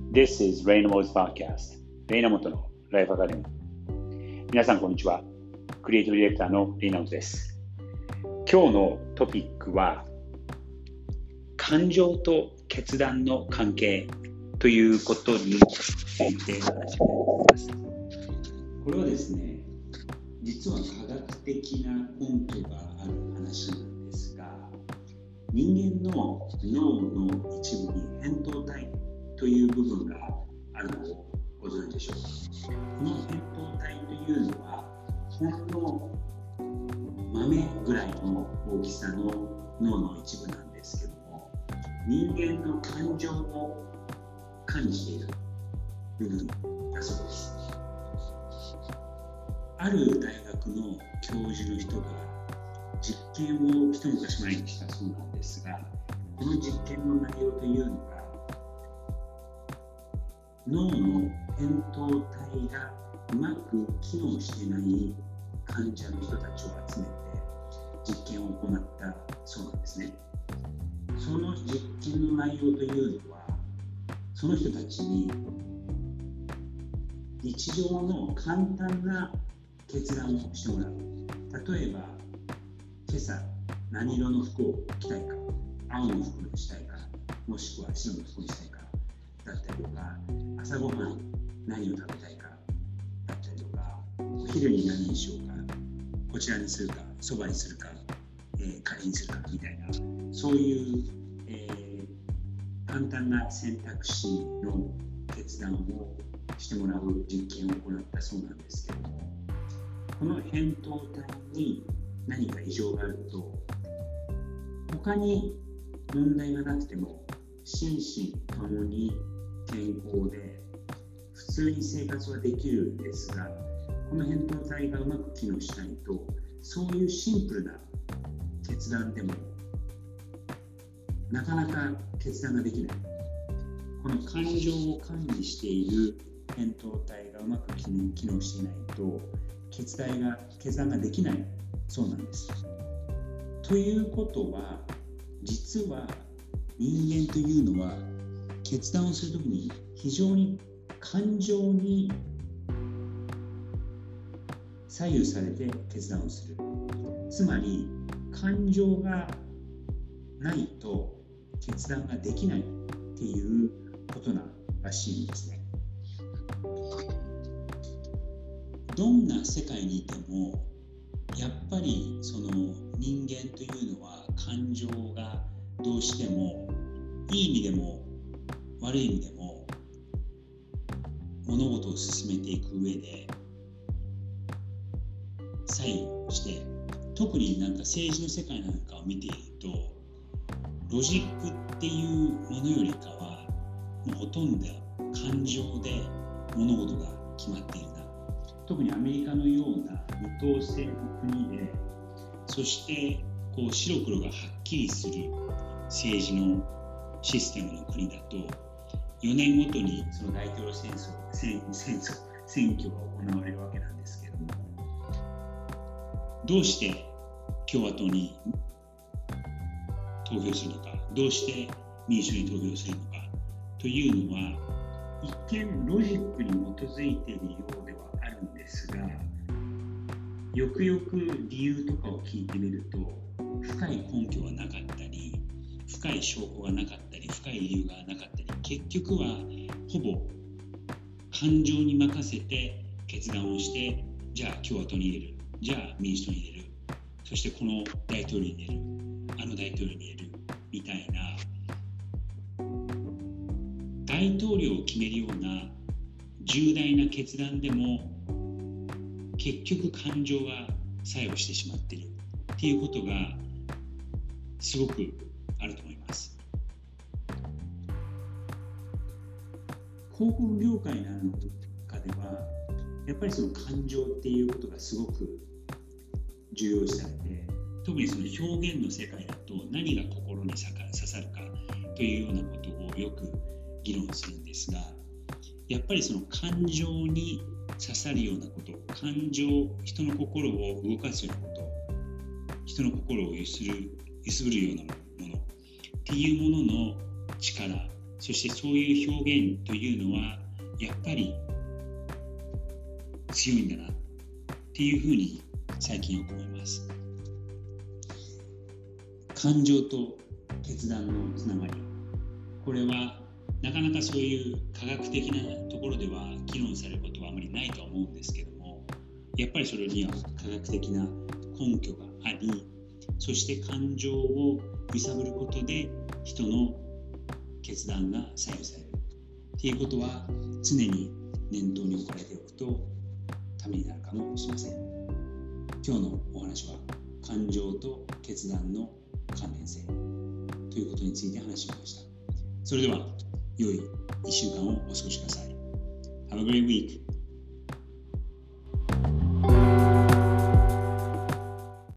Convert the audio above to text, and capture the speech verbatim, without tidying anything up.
This is Raynamo's Podcast レイナモトのライフアカデミー。皆さんこんにちは。クリエイティブディレクターのレイナモトです。今日のトピックは感情と決断の関係ということについて話したいと思います。これはですね、実は科学的な根拠がある話なんですが、人間の脳の一部に扁桃体という部分があるのをご存知でしょうか。この扁桃体というのはほんの豆ぐらいの大きさの脳の一部なんですけども、人間の感情を感じている部分だそうです。ある大学の教授の人が実験を一昔前にしたそうなんですが、この実験の内容というのが脳の扁桃体がうまく機能していない患者の人たちを集めて実験を行ったそうなんですね。その実験の内容というのは、その人たちに日常の簡単な決断をしてもらう。例えば、今朝何色の服を着たいか、青の服にしたいか、もしくは白の服にしたいかだったりとか、朝ごはん何を食べたいかだったりとか、お昼に何にしようか、こちらにするか、そばにするか、えー、カレーにするかみたいな、そういう、えー、簡単な選択肢の決断をしてもらう実験を行ったそうなんですけども、この扁桃体に何か異常があると、他に問題がなくても心身ともに健康で普通に生活はできるんですが、この扁桃体がうまく機能しないと、そういうシンプルな決断でもなかなか決断ができない。この感情を管理している扁桃体がうまく機能していないと決断が決断ができないそうなんです。ということは、実は人間というのは決断をするときに非常に感情に左右されて決断をする。つまり感情がないと決断ができないっていうことならしいんですね。どんな世界にいてもやっぱりその人間というのは感情がどうしてもいい意味でも悪い意味でも物事を進めていく上で左右して、特になんか政治の世界なんかを見ていると、ロジックっていうものよりかはもうほとんど感情で物事が決まっているな。特にアメリカのような二党制の国で、そしてこう白黒がはっきりする政治のシステムの国だと、よねんごとにその大統領選争、選選挙、選挙が行われるわけなんですけれども、どうして共和党に投票するのか、どうして民主に投票するのかというのは、一見ロジックに基づいているようではあるんですが、よくよく理由とかを聞いてみると、深い根拠がなかったり、深い証拠がなかったり、深い理由がなかったり、結局はほぼ感情に任せて決断をして、じゃあ共和党に入れる、じゃあ民主党に入れる、そしてこの大統領に入れる、あの大統領に入れるみたいな、大統領を決めるような重大な決断でも結局感情が作用してしまっているっていうことがすごくあると思います。広告業界なんかではやっぱりその感情っていうことがすごく重要視されて、特にその表現の世界だと何が心に刺さるかというようなことをよく議論するんですが、やっぱりその感情に刺さるようなこと、感情、人の心を動かすようなこと、人の心を揺する、揺すぶるようなものっていうものの力そしてそういう表現というのはやっぱり強いんだなっていうふうに最近よく思います。感情と決断のつながり、これはなかなかそういう科学的なところでは議論されることはあまりないとは思うんですけども、やっぱりそれには科学的な根拠があり、そして感情を揺さぶることで人の決断が左右されるっていうことは常に念頭に置かれておくとためになるかもしれません。今日のお話は感情と決断の関連性ということについて話しました。それでは良いいっしゅうかんをお過ごしください。Have a great week.